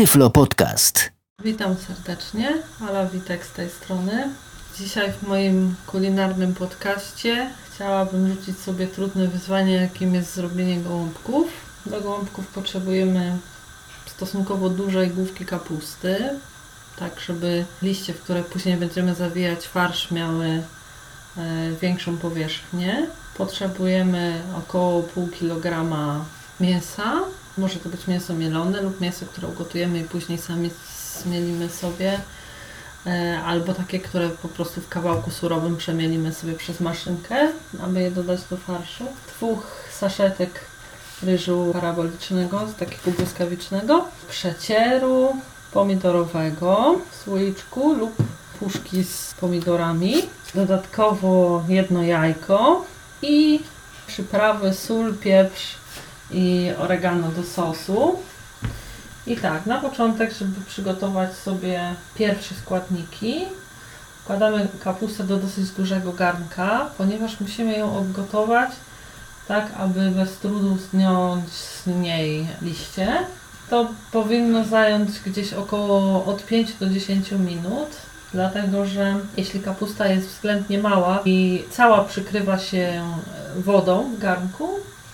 Tyflo Podcast. Witam serdecznie, Ala Witek z tej strony. Dzisiaj w moim kulinarnym podcaście chciałabym rzucić sobie trudne wyzwanie, jakim jest zrobienie gołąbków. Do gołąbków potrzebujemy stosunkowo dużej główki kapusty, tak żeby liście, w które później będziemy zawijać farsz, miały większą powierzchnię. Potrzebujemy około pół kilograma mięsa. Może to być mięso mielone lub mięso, które ugotujemy i później sami zmielimy sobie, albo takie, które po prostu w kawałku surowym przemielimy sobie przez maszynkę, aby je dodać do farszu. 2 saszetek ryżu parabolicznego, takiego błyskawicznego, przecieru pomidorowego w słoiczku lub puszki z pomidorami, dodatkowo 1 jajko i przyprawy, sól, pieprz i oregano do sosu. I tak, na początek, żeby przygotować sobie pierwsze składniki, wkładamy kapustę do dosyć dużego garnka, ponieważ musimy ją obgotować tak, aby bez trudu zdjąć z niej liście. To powinno zająć gdzieś około od 5 do 10 minut, dlatego że jeśli kapusta jest względnie mała i cała przykrywa się wodą w garnku,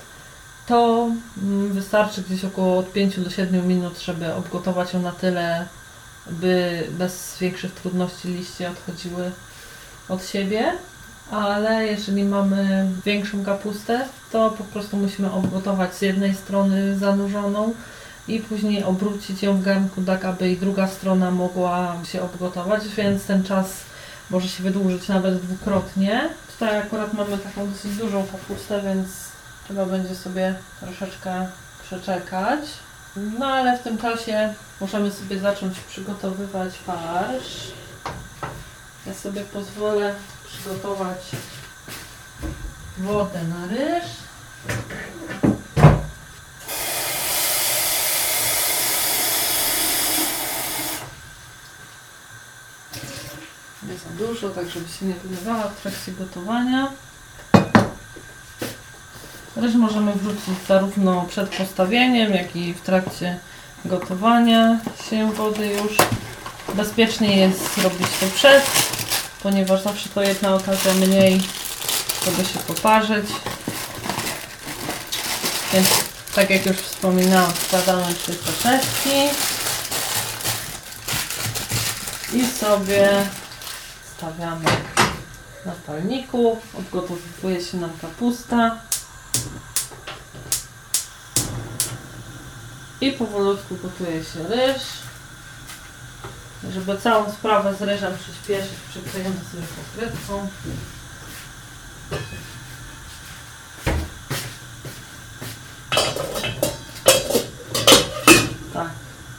to wystarczy gdzieś około od 5 do 7 minut, żeby obgotować ją na tyle, by bez większych trudności liście odchodziły od siebie. Ale jeżeli mamy większą kapustę, to po prostu musimy obgotować z jednej strony zanurzoną i później obrócić ją w garnku tak, aby i druga strona mogła się obgotować, więc ten czas może się wydłużyć nawet dwukrotnie. Tutaj akurat mamy taką dosyć dużą kapustę, więc trzeba będzie sobie troszeczkę przeczekać. No ale w tym czasie możemy sobie zacząć przygotowywać farsz. Ja sobie pozwolę przygotować wodę na ryż. Nie za dużo, tak żeby się nie wylewała w trakcie gotowania. Ryż możemy wrzucić zarówno przed postawieniem, jak i w trakcie gotowania się wody już. Bezpiecznie jest robić to przed, ponieważ zawsze to jedna okazja mniej, żeby się poparzyć. Więc tak jak już wspominałam, wkładamy 3 saszetki i sobie stawiamy na palniku. Odgotowuje się nam kapusta. I powolutku gotuje się ryż. Żeby całą sprawę z ryżem przyspieszyć, przykryjemy sobie pokrywką. Tak.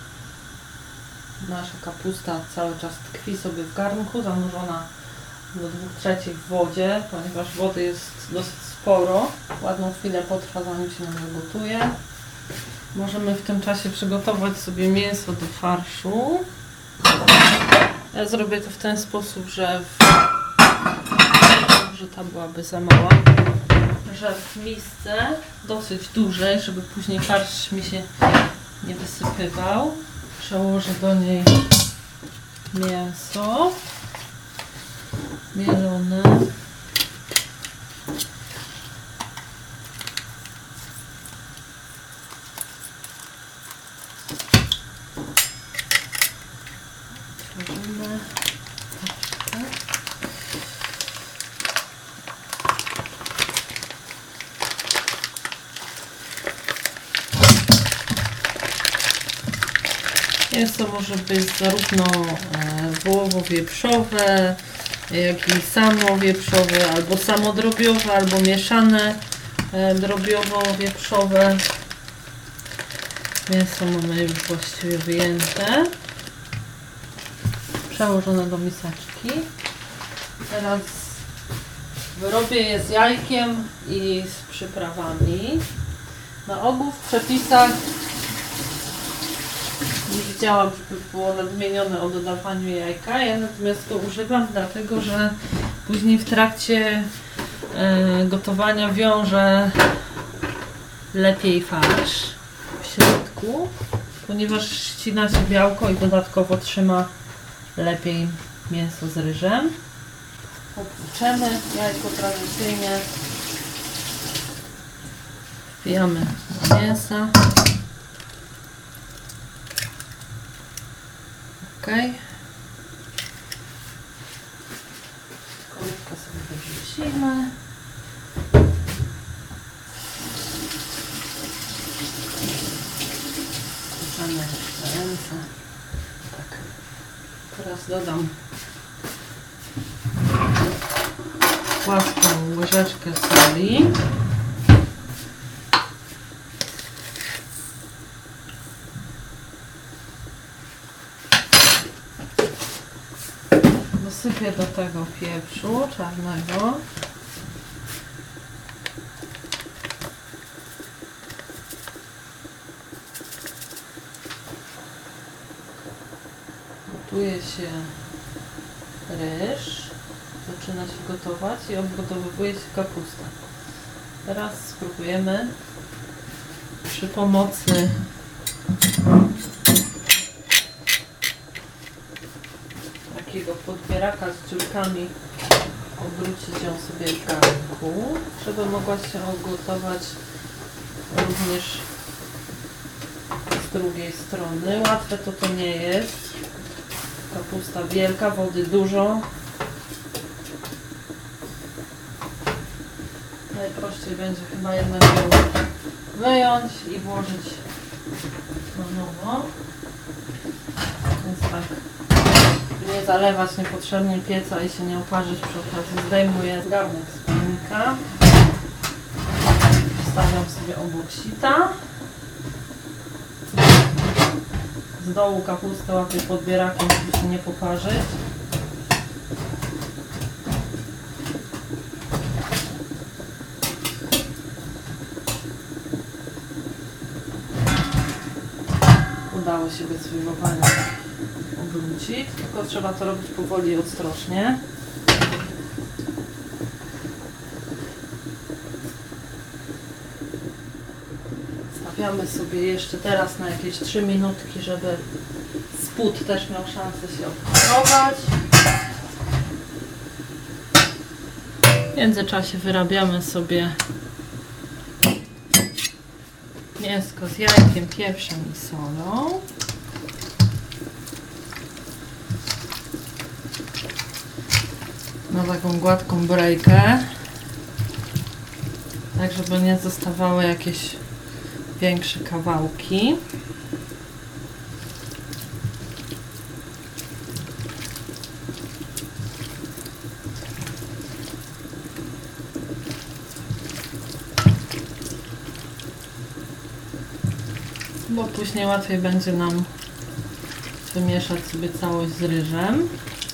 Nasza kapusta cały czas tkwi sobie w garnku, zanurzona do 2/3 w wodzie, ponieważ wody jest dosyć sporo. Ładną chwilę potrwa, zanim się nam zagotuje. Możemy w tym czasie przygotować sobie mięso do farszu. Ja zrobię to w ten sposób, że ta byłaby za mała, że w misce dosyć dużej, żeby później farsz mi się nie wysypywał, przełożę do niej mięso mielone. Mięso może być zarówno wołowo-wieprzowe, jak i samo-wieprzowe, albo samodrobiowe, albo mieszane drobiowo-wieprzowe. Mięso mamy już właściwie wyjęte, przełożone do miseczki. Teraz wyrobię je z jajkiem i z przyprawami. Na ogół w przepisach nie widziałam, żeby było nadmienione o dodawaniu jajka. Ja natomiast to używam, dlatego że później w trakcie gotowania wiąże lepiej farsz w środku. ponieważ ścina się białko i dodatkowo trzyma lepiej mięso z ryżem. Opłuczemy jajko tradycyjnie. Wbijamy do mięsa. Ok. Skórkę sobie wyrzucimy. Wrzucamy ręce. Tak. Teraz dodam płaską łyżeczkę soli. Dosypię do tego pieprzu czarnego. Gotuje się ryż. Zaczyna się gotować i odgotowuje się kapusta. Teraz spróbujemy przy pomocy takiego podbieraka z dziurkami obrócić ją sobie w garnku, żeby mogła się ugotować również z drugiej strony. Łatwe to nie jest. Kapusta wielka, wody dużo. Najprościej będzie chyba jednak ją wyjąć i włożyć na nowo. Więc tak, nie zalewać niepotrzebnie pieca i się nie oparzyć przy okazji. Zdejmuję garnek z pojemnika. Wstawiam sobie obok sita. Z dołu kapustę łapię podbierakiem, żeby się nie poparzyć. Udało się bez wyjmowania obrócić, tylko trzeba to robić powoli i ostrożnie. Stawiamy sobie jeszcze teraz na jakieś 3 minutki, żeby spód też miał szansę się odkolować. W międzyczasie wyrabiamy sobie mięsko z jajkiem, pieprzem i solą. Na taką gładką brejkę, tak żeby nie zostawały jakieś większe kawałki. Bo później łatwiej będzie nam wymieszać sobie całość z ryżem.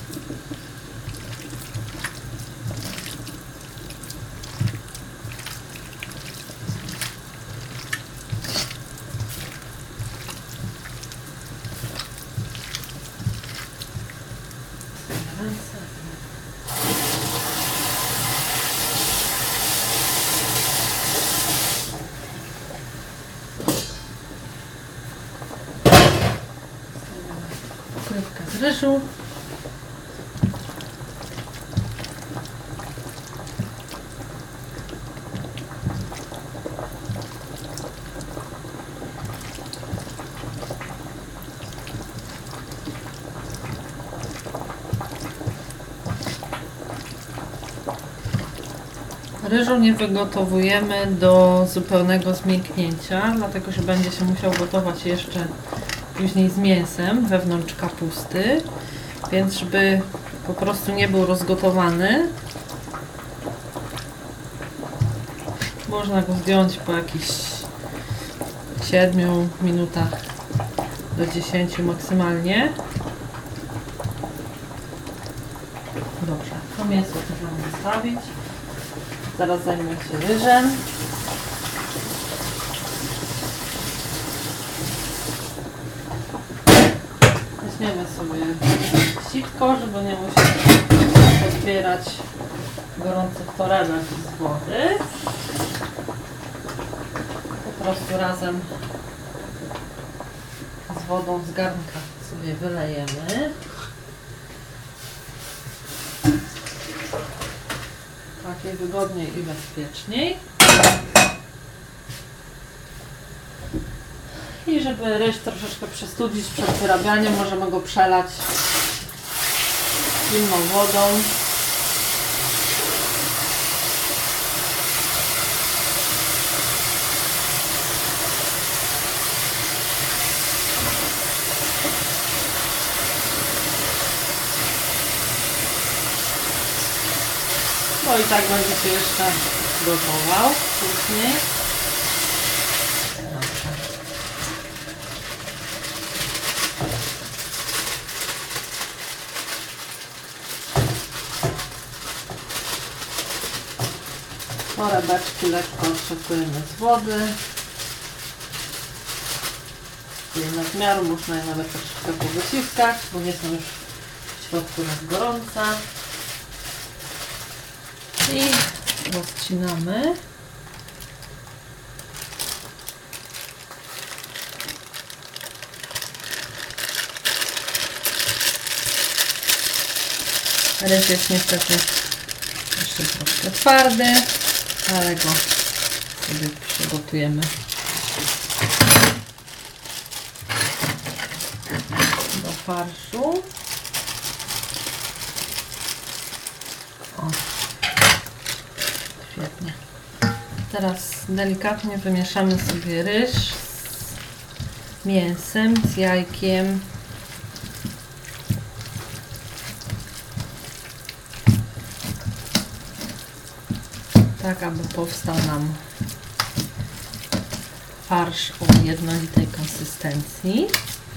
Pokrywka z ryżu. Ryżu nie wygotowujemy do zupełnego zmięknięcia, dlatego że będzie się musiał gotować jeszcze później z mięsem wewnątrz kapusty, więc żeby po prostu nie był rozgotowany, można go zdjąć po jakichś 7 minutach do 10 maksymalnie. Dobrze, to mięso możemy zostawić. Zaraz zajmę się ryżem. Weźmiemy sobie sitko, żeby nie musieć podbierać gorących torebek z wody. Po prostu razem z wodą z garnka sobie wylejemy. Tak jest wygodniej i bezpieczniej. I żeby ryż troszeczkę przestudzić przed wyrabianiem, możemy go przelać zimną wodą. No i tak będzie się jeszcze gotował później. Dobrze. Torebeczki lekko otrzepujemy z wody. Jej nadmiaru można je nawet troszeczkę powyciskać, bo nie są już w środku tak gorące. I rozcinamy. Ryż jest niestety jeszcze troszkę twardy, ale go sobie przygotujemy do farszu. O. Świetnie. Teraz delikatnie wymieszamy sobie ryż z mięsem, z jajkiem. Tak, aby powstał nam farsz o jednolitej konsystencji.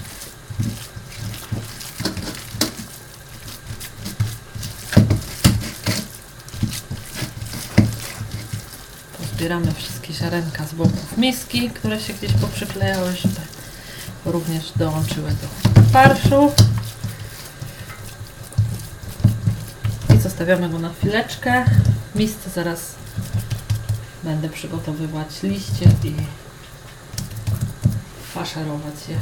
Zbieramy wszystkie ziarenka z boków miski, które się gdzieś poprzyklejały, żeby również dołączyły do farszu. I zostawiamy go na chwileczkę. W misce zaraz będę przygotowywać liście i faszerować je.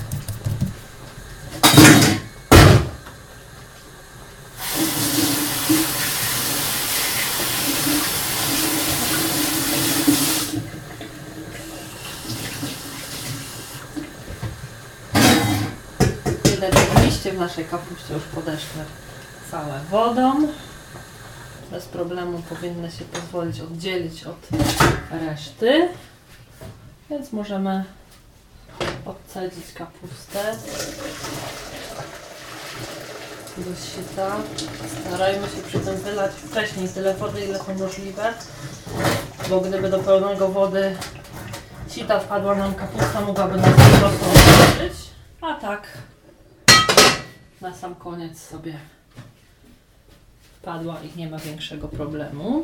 Widać, że liście w naszej kapuście już podeszły całe wodą. Bez problemu powinny się pozwolić oddzielić od reszty. Więc możemy odcedzić kapustę do sita. Starajmy się przy tym wylać wcześniej tyle wody, ile to możliwe, bo gdyby do pełnego wody sita wpadła nam kapusta, mogłaby nas po prostu odżyć. A tak na sam koniec sobie wpadła i nie ma większego problemu.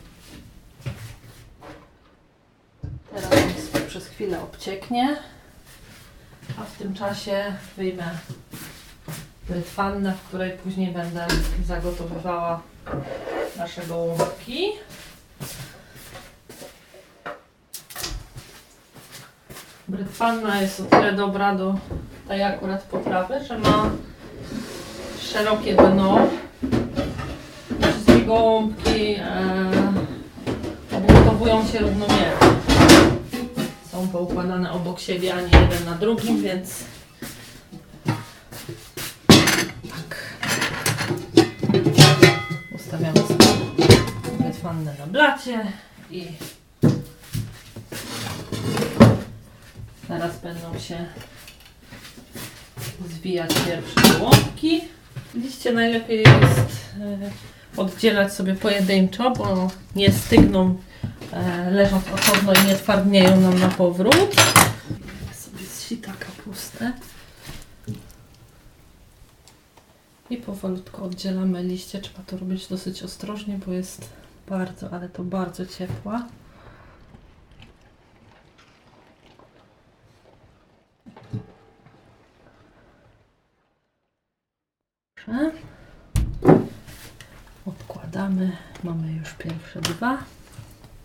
Teraz niech przez chwilę obcieknie, a w tym czasie wyjmę brytwannę, w której później będę zagotowywała nasze gołąbki. Brytwanna jest o tyle dobra do tej akurat potrawy, że ma szerokie dno. Wszystkie gołąbki obgotowują się równomiernie. Są poukładane obok siebie, a nie jeden na drugim, więc tak. Ustawiamy sobie brytwannę na blacie i zaraz będą się zwijać pierwsze gołąbki. Liście najlepiej jest oddzielać sobie pojedynczo, bo nie stygną leżąc osobno i nie twardnieją nam na powrót. Sobie z sita kapustę i powolutku oddzielamy liście. Trzeba to robić dosyć ostrożnie, bo jest bardzo, ale to bardzo ciepła. Odkładamy, mamy już pierwsze dwa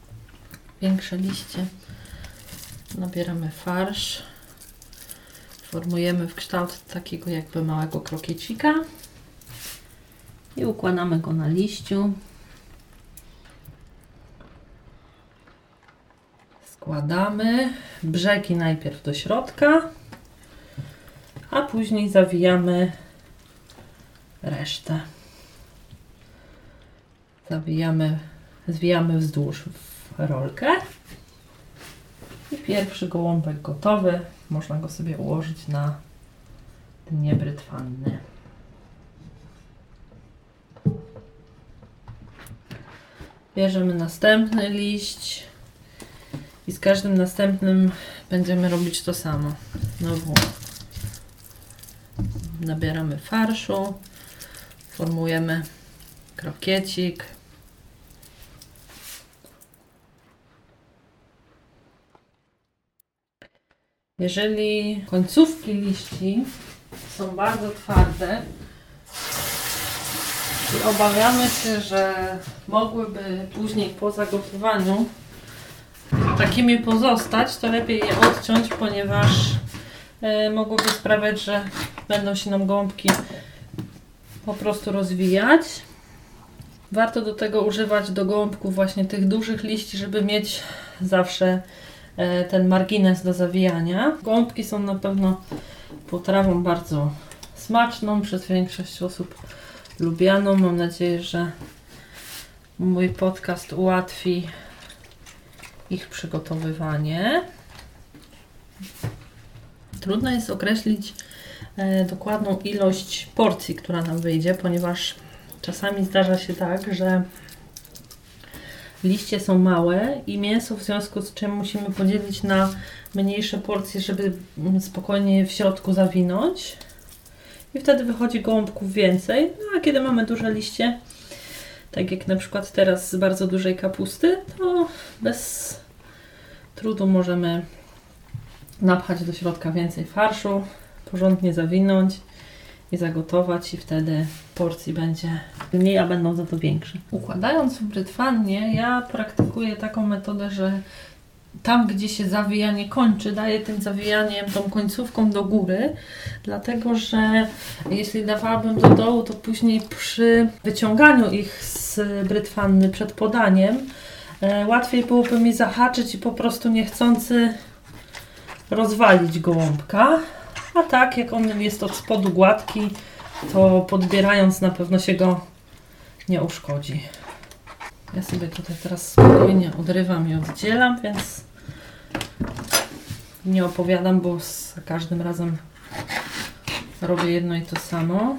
większe liście, nabieramy farsz w Formujemy w kształt takiego jakby małego krokiecika i układamy go na liściu. Składamy brzegi najpierw do środka, a później zawijamy resztę. Zwijamy wzdłuż w rolkę. I pierwszy gołąbek gotowy. Można go sobie ułożyć na dnie brytwanny. Bierzemy następny liść i z każdym następnym będziemy robić to samo. Znowu nabieramy farszu, formujemy krokiecik. Jeżeli końcówki liści są bardzo twarde i obawiamy się, że mogłyby później po zagotowaniu takimi pozostać, to lepiej je odciąć, ponieważ mogłoby sprawiać, że będą się nam gołąbki po prostu rozwijać. Warto do tego używać do gołąbków właśnie tych dużych liści, żeby mieć zawsze ten margines do zawijania. Gołąbki są na pewno potrawą bardzo smaczną, przez większość osób lubianą. Mam nadzieję, że mój podcast ułatwi ich przygotowywanie. Trudno jest określić dokładną ilość porcji, która nam wyjdzie, ponieważ czasami zdarza się tak, że liście są małe i mięso, w związku z czym musimy podzielić na mniejsze porcje, żeby spokojnie je w środku zawinąć. I wtedy wychodzi gołąbków więcej. No a kiedy mamy duże liście, tak jak na przykład teraz z bardzo dużej kapusty, to bez trudu możemy napchać do środka więcej farszu, porządnie zawinąć i zagotować i wtedy porcji będzie mniej, a będą za to większe. Układając w brytwannie, ja praktykuję taką metodę, że tam, gdzie się zawijanie kończy, daję tym zawijaniem, tą końcówką do góry, dlatego że jeśli dawałabym do dołu, to później przy wyciąganiu ich z brytwanny przed podaniem łatwiej byłoby mi zahaczyć i po prostu niechcący rozwalić gołąbka. A tak, jak on jest od spodu gładki, to podbierając na pewno się go nie uszkodzi. Ja sobie tutaj teraz spokojnie odrywam i oddzielam, więc nie opowiadam, bo za każdym razem robię jedno i to samo.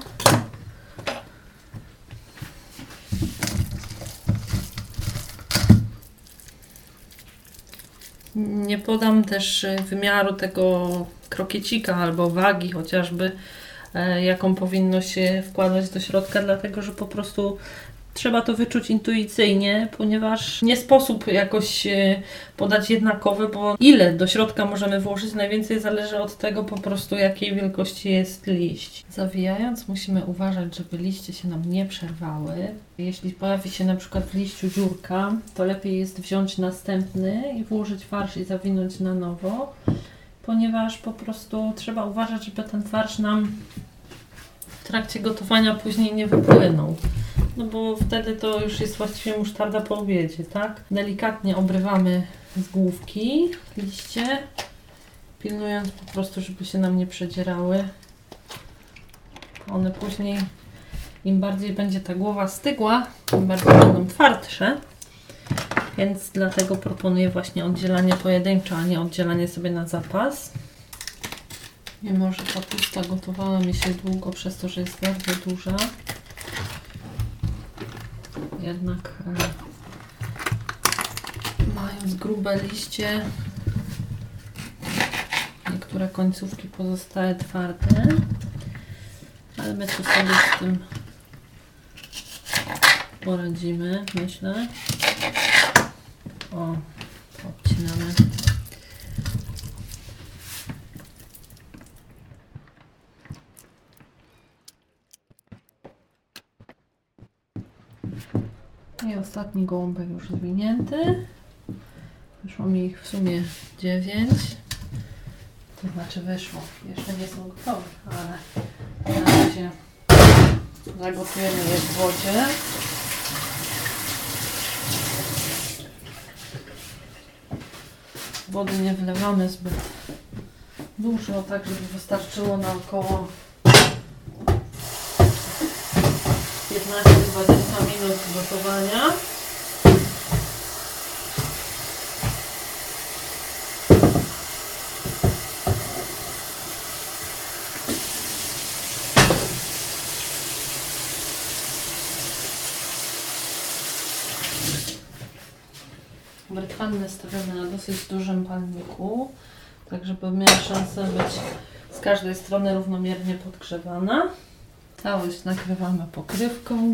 Nie podam też wymiaru tego krokiecika albo wagi chociażby, jaką powinno się wkładać do środka, dlatego że po prostu trzeba to wyczuć intuicyjnie, ponieważ nie sposób jakoś podać jednakowy, bo ile do środka możemy włożyć, najwięcej zależy od tego po prostu, jakiej wielkości jest liść. Zawijając musimy uważać, żeby liście się nam nie przerwały. Jeśli pojawi się na przykład w liściu dziurka, to lepiej jest wziąć następny i włożyć farsz i zawinąć na nowo, ponieważ po prostu trzeba uważać, żeby ten farsz nam w trakcie gotowania później nie wypłynął. No bo wtedy to już jest właściwie musztarda po obiedzie, tak? Delikatnie obrywamy z główki liście, pilnując po prostu, żeby się nam nie przedzierały. One później, im bardziej będzie ta głowa stygła, tym bardziej będą twardsze. Więc dlatego proponuję właśnie oddzielanie pojedynczo, a nie oddzielanie sobie na zapas. Mimo że kapusta gotowała mi się długo przez to, że jest bardzo duża, jednak mając grube liście, niektóre końcówki pozostały twarde, ale my tu sobie z tym poradzimy, myślę. O, to obcinamy. I ostatni gołąbek już zwinięty. Wyszło mi ich w sumie 9. To znaczy wyszło. Jeszcze nie są gotowe, ale na razie zagotujemy je w wodzie. Wody nie wlewamy zbyt dużo, tak żeby wystarczyło na około 15-20 minut gotowania. Brytwannę stawiamy na dosyć dużym palniku, tak żeby miała szansę być z każdej strony równomiernie podgrzewana. Całość nakrywamy pokrywką.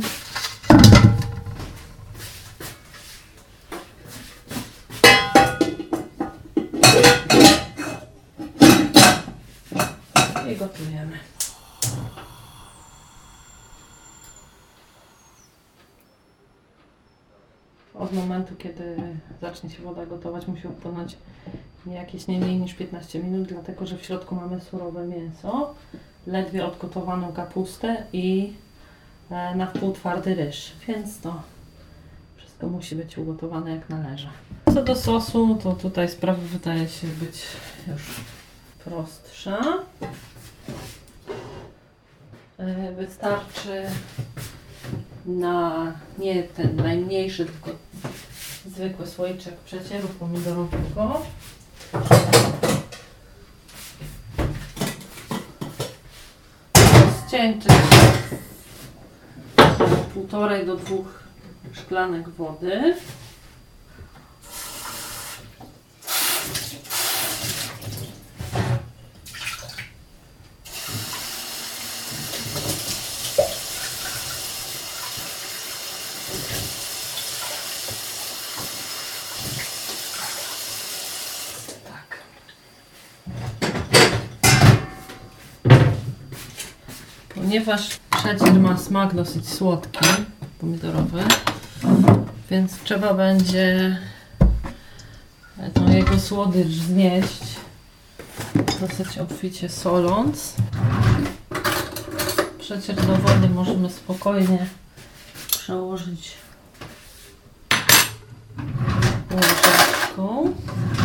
I gotujemy. Od momentu, kiedy zacznie się woda gotować, musi upłynąć jakieś nie mniej niż 15 minut, dlatego że w środku mamy surowe mięso, ledwie odgotowaną kapustę i na wpół twardy ryż, więc to wszystko musi być ugotowane jak należy. Co do sosu, to tutaj sprawa wydaje się być już prostsza. Wystarczy na nie ten najmniejszy, tylko zwykły słoiczek przecieru pomidorowego. Rozcieńczyć 1,5 do 2 szklanek wody. Ponieważ przecier ma smak dosyć słodki, pomidorowy, więc trzeba będzie tą jego słodycz znieść, dosyć obficie soląc. Przecier do wody możemy spokojnie przełożyć łyżeczką.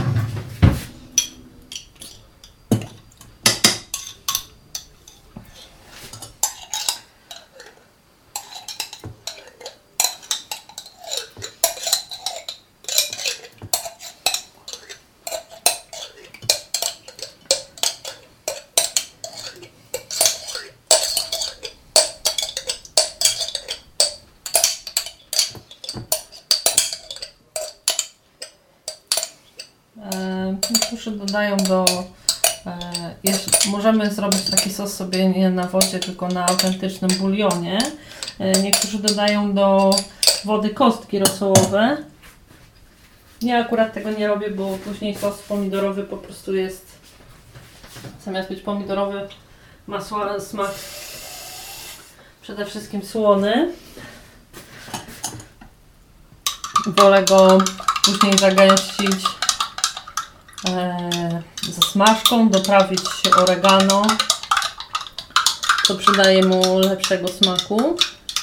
Niektórzy dodają możemy zrobić taki sos sobie nie na wodzie, tylko na autentycznym bulionie. Niektórzy dodają do wody kostki rosołowe. Ja akurat tego nie robię, bo później sos pomidorowy po prostu jest, zamiast być pomidorowy, ma smak przede wszystkim słony. Wolę go później zagęścić zasmażką, doprawić oregano, to przydaje mu lepszego smaku.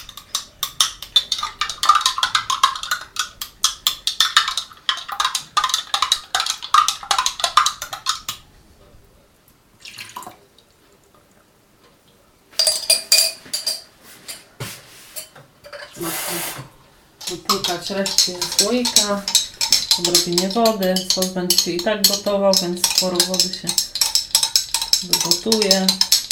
Wypłukać resztę słoika, odrobinie wody, sos będzie się i tak gotował, więc sporo wody się wygotuje.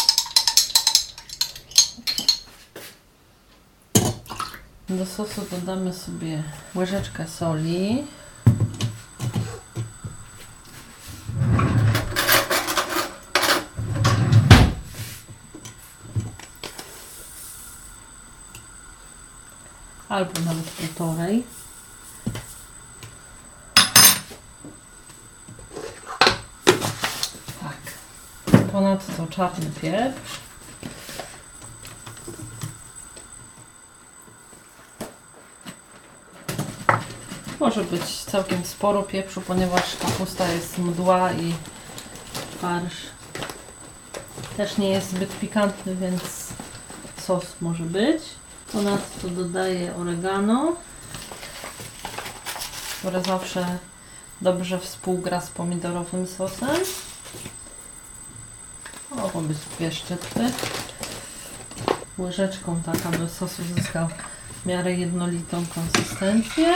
Do sosu dodamy sobie łyżeczkę soli. Albo nawet 1,5. Tak. Ponadto czarny pieprz. Może być całkiem sporo pieprzu, ponieważ kapusta jest mdła i farsz. Też nie jest zbyt pikantny, więc sos może być. Ponadto dodaję oregano, które zawsze dobrze współgra z pomidorowym sosem. Mogą być 2 szczypty. Łyżeczką tak, aby sos uzyskał w miarę jednolitą konsystencję.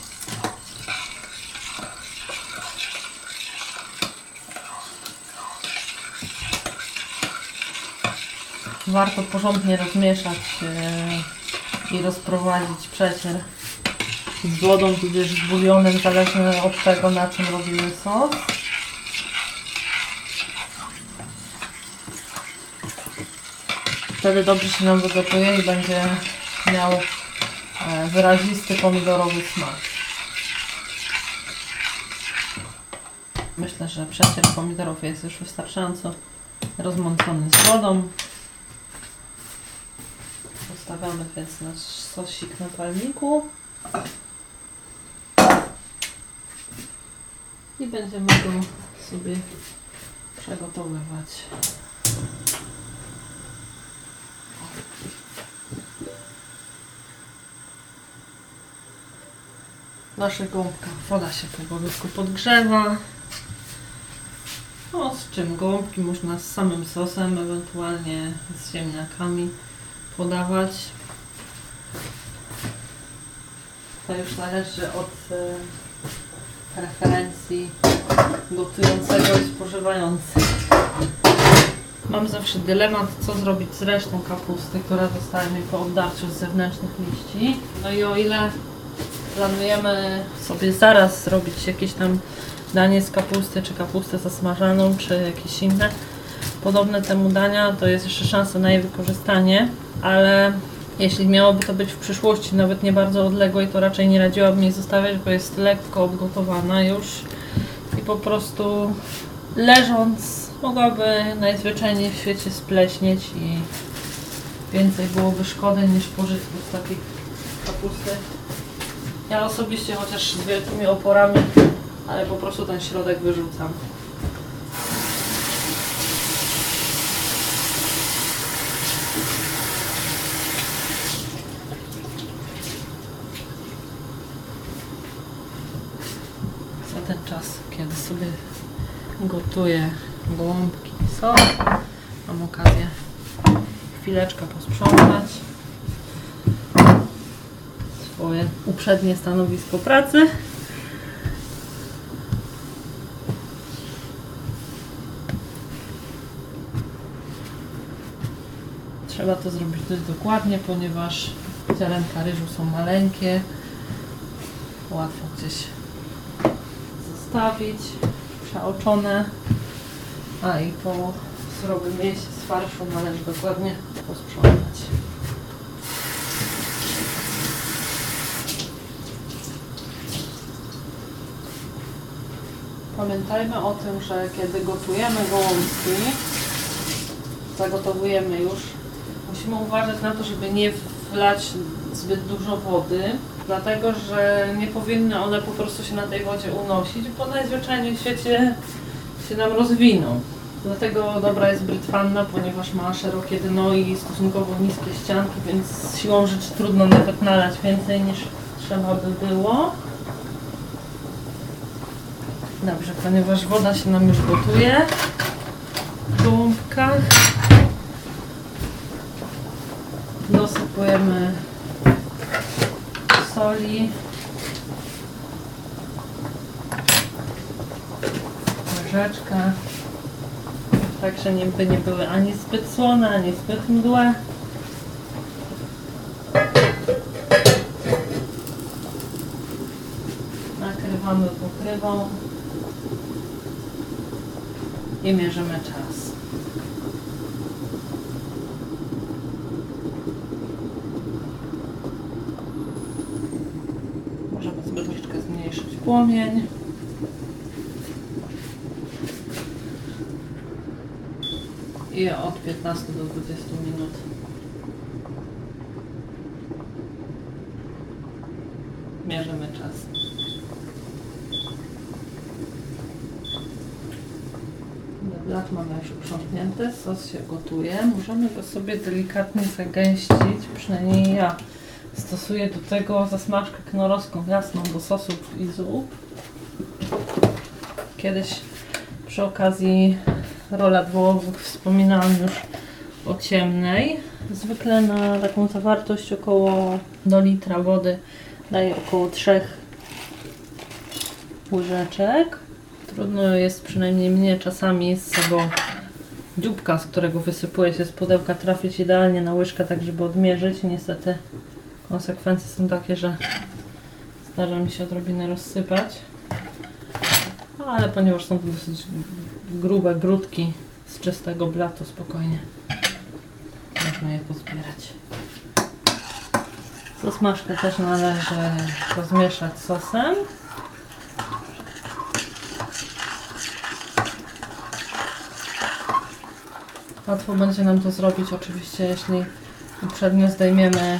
Warto porządnie rozmieszać i rozprowadzić przecier z wodą, tudzież z bulionem, zależnie od tego, na czym robimy sos. Wtedy dobrze się nam wygotuje i będzie miał wyrazisty pomidorowy smak. Myślę, że przecier pomidorów jest już wystarczająco rozmącony z wodą. Zostawiamy więc nasz sosik na palniku i będziemy go sobie przygotowywać. W naszych gołąbkach woda się powolutku podgrzewa. No, z czym gołąbki można z samym sosem, ewentualnie z ziemniakami podawać. To już zależy od preferencji gotującego i spożywającego. Mam zawsze dylemat, co zrobić z resztą kapusty, która została mi po obdarciu z zewnętrznych liści. No i o ile planujemy sobie zaraz zrobić jakieś tam danie z kapusty, czy kapustę zasmażaną, czy jakieś inne podobne temu dania, to jest jeszcze szansa na jej wykorzystanie, ale jeśli miałoby to być w przyszłości, nawet nie bardzo odległej, to raczej nie radziłabym jej zostawiać, bo jest lekko obgotowana już i po prostu leżąc mogłaby najzwyczajniej w świecie spleśnieć i więcej byłoby szkody niż pożytku z takiej kapusty. Ja osobiście, chociaż z wielkimi oporami, ale po prostu ten środek wyrzucam. Za ten czas, kiedy sobie gotuję gołąbki i sos, mam okazję chwileczkę posprzątać swoje uprzednie stanowisko pracy. Trzeba to zrobić dość dokładnie, ponieważ ziarenka ryżu są maleńkie, łatwo gdzieś zostawić, przeoczone, a i po surowym mięsie z farszu należy dokładnie posprzątać. Pamiętajmy o tym, że kiedy gotujemy gołąbki, zagotowujemy już, musimy uważać na to, żeby nie wlać zbyt dużo wody, dlatego że nie powinny one po prostu się na tej wodzie unosić, bo najzwyczajniej w świecie się nam rozwiną. Dlatego dobra jest brytwanna, ponieważ ma szerokie dno i stosunkowo niskie ścianki, więc siłą rzeczy trudno nawet nalać więcej niż trzeba by było. Dobrze, ponieważ woda się nam już gotuje w gołąbkach, dosypujemy soli, łyżeczkę, tak że nie były ani zbyt słone, ani zbyt mdłe. Nakrywamy pokrywą i mierzymy czas. Możemy sobie troszeczkę zmniejszyć płomień. I od 15 do 20 minut mierzymy czas. zamknięte, sos się gotuje. Możemy go sobie delikatnie zagęścić, przynajmniej ja stosuję do tego zasmażkę knorrowską jasną do sosów i zup. Kiedyś przy okazji rolat wołowych wspominałam już o ciemnej. Zwykle na taką zawartość około do litra wody daję około 3 łyżeczek. Trudno jest, przynajmniej mnie czasami, z tego dzióbka, z którego wysypuje się z pudełka, trafić idealnie na łyżkę, tak żeby odmierzyć. Niestety konsekwencje są takie, że zdarza mi się odrobinę rozsypać. Ale ponieważ są to dosyć grube grudki z czystego blatu, spokojnie można je pozbierać. Zasmażkę też należy rozmieszać sosem. Łatwo będzie nam to zrobić oczywiście, jeśli uprzednio zdejmiemy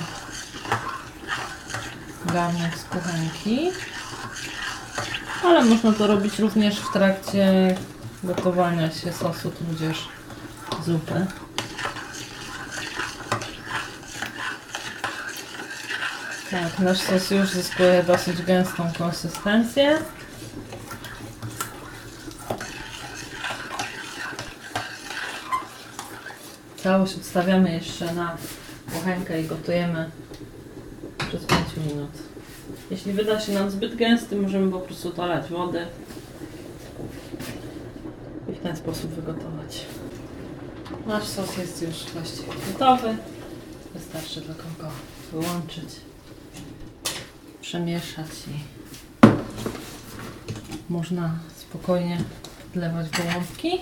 garnek z kuchenki. Ale można to robić również w trakcie gotowania się sosu, tudzież zupy. Tak, nasz sos już zyskuje dosyć gęstą konsystencję. Całość odstawiamy jeszcze na kuchenkę i gotujemy przez 5 minut. Jeśli wyda się nam zbyt gęsty, możemy po prostu dolać wody i w ten sposób wygotować. Nasz sos jest już właściwie gotowy. Wystarczy tylko go wyłączyć, przemieszać i można spokojnie wlewać gołąbki.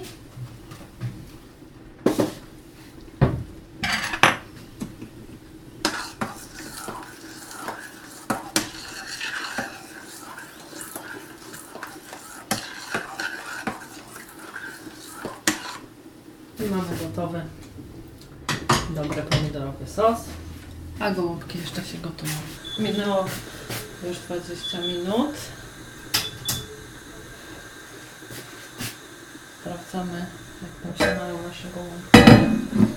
I mamy gotowy, dobry pomidorowy sos, a gołąbki jeszcze się gotują. Minęło już 20 minut. Sprawdzamy, jak tam się mają nasze gołąbki.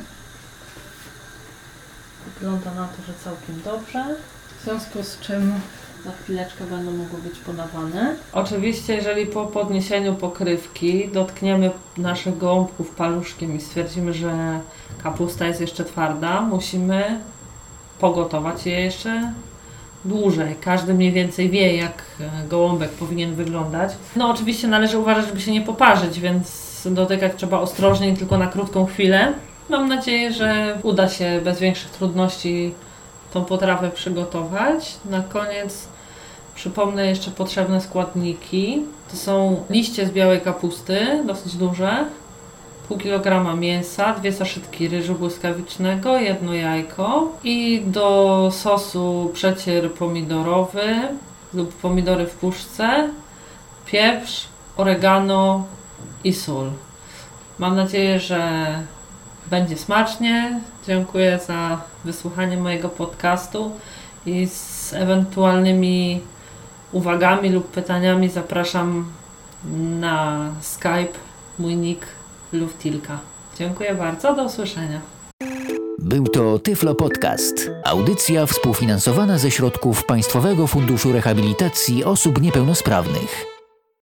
Wygląda na to, że całkiem dobrze. W związku z czym za chwileczkę będą mogły być podawane. Oczywiście, jeżeli po podniesieniu pokrywki dotkniemy naszych gołąbków paluszkiem i stwierdzimy, że kapusta jest jeszcze twarda, musimy pogotować je jeszcze dłużej. Każdy mniej więcej wie, jak gołąbek powinien wyglądać. No oczywiście należy uważać, żeby się nie poparzyć, więc dotykać trzeba ostrożnie, tylko na krótką chwilę. Mam nadzieję, że uda się bez większych trudności tą potrawę przygotować. Na koniec przypomnę jeszcze potrzebne składniki. To są liście z białej kapusty, dosyć duże, pół kilograma mięsa, 2 saszetki ryżu błyskawicznego, 1 jajko i do sosu przecier pomidorowy lub pomidory w puszce, pieprz, oregano i sól. Mam nadzieję, że będzie smacznie. Dziękuję za wysłuchanie mojego podcastu i z ewentualnymi uwagami lub pytaniami zapraszam na Skype, mój nick Luftilka. Dziękuję bardzo, do usłyszenia. Był to Tyflo Podcast. Audycja współfinansowana ze środków Państwowego Funduszu Rehabilitacji Osób Niepełnosprawnych.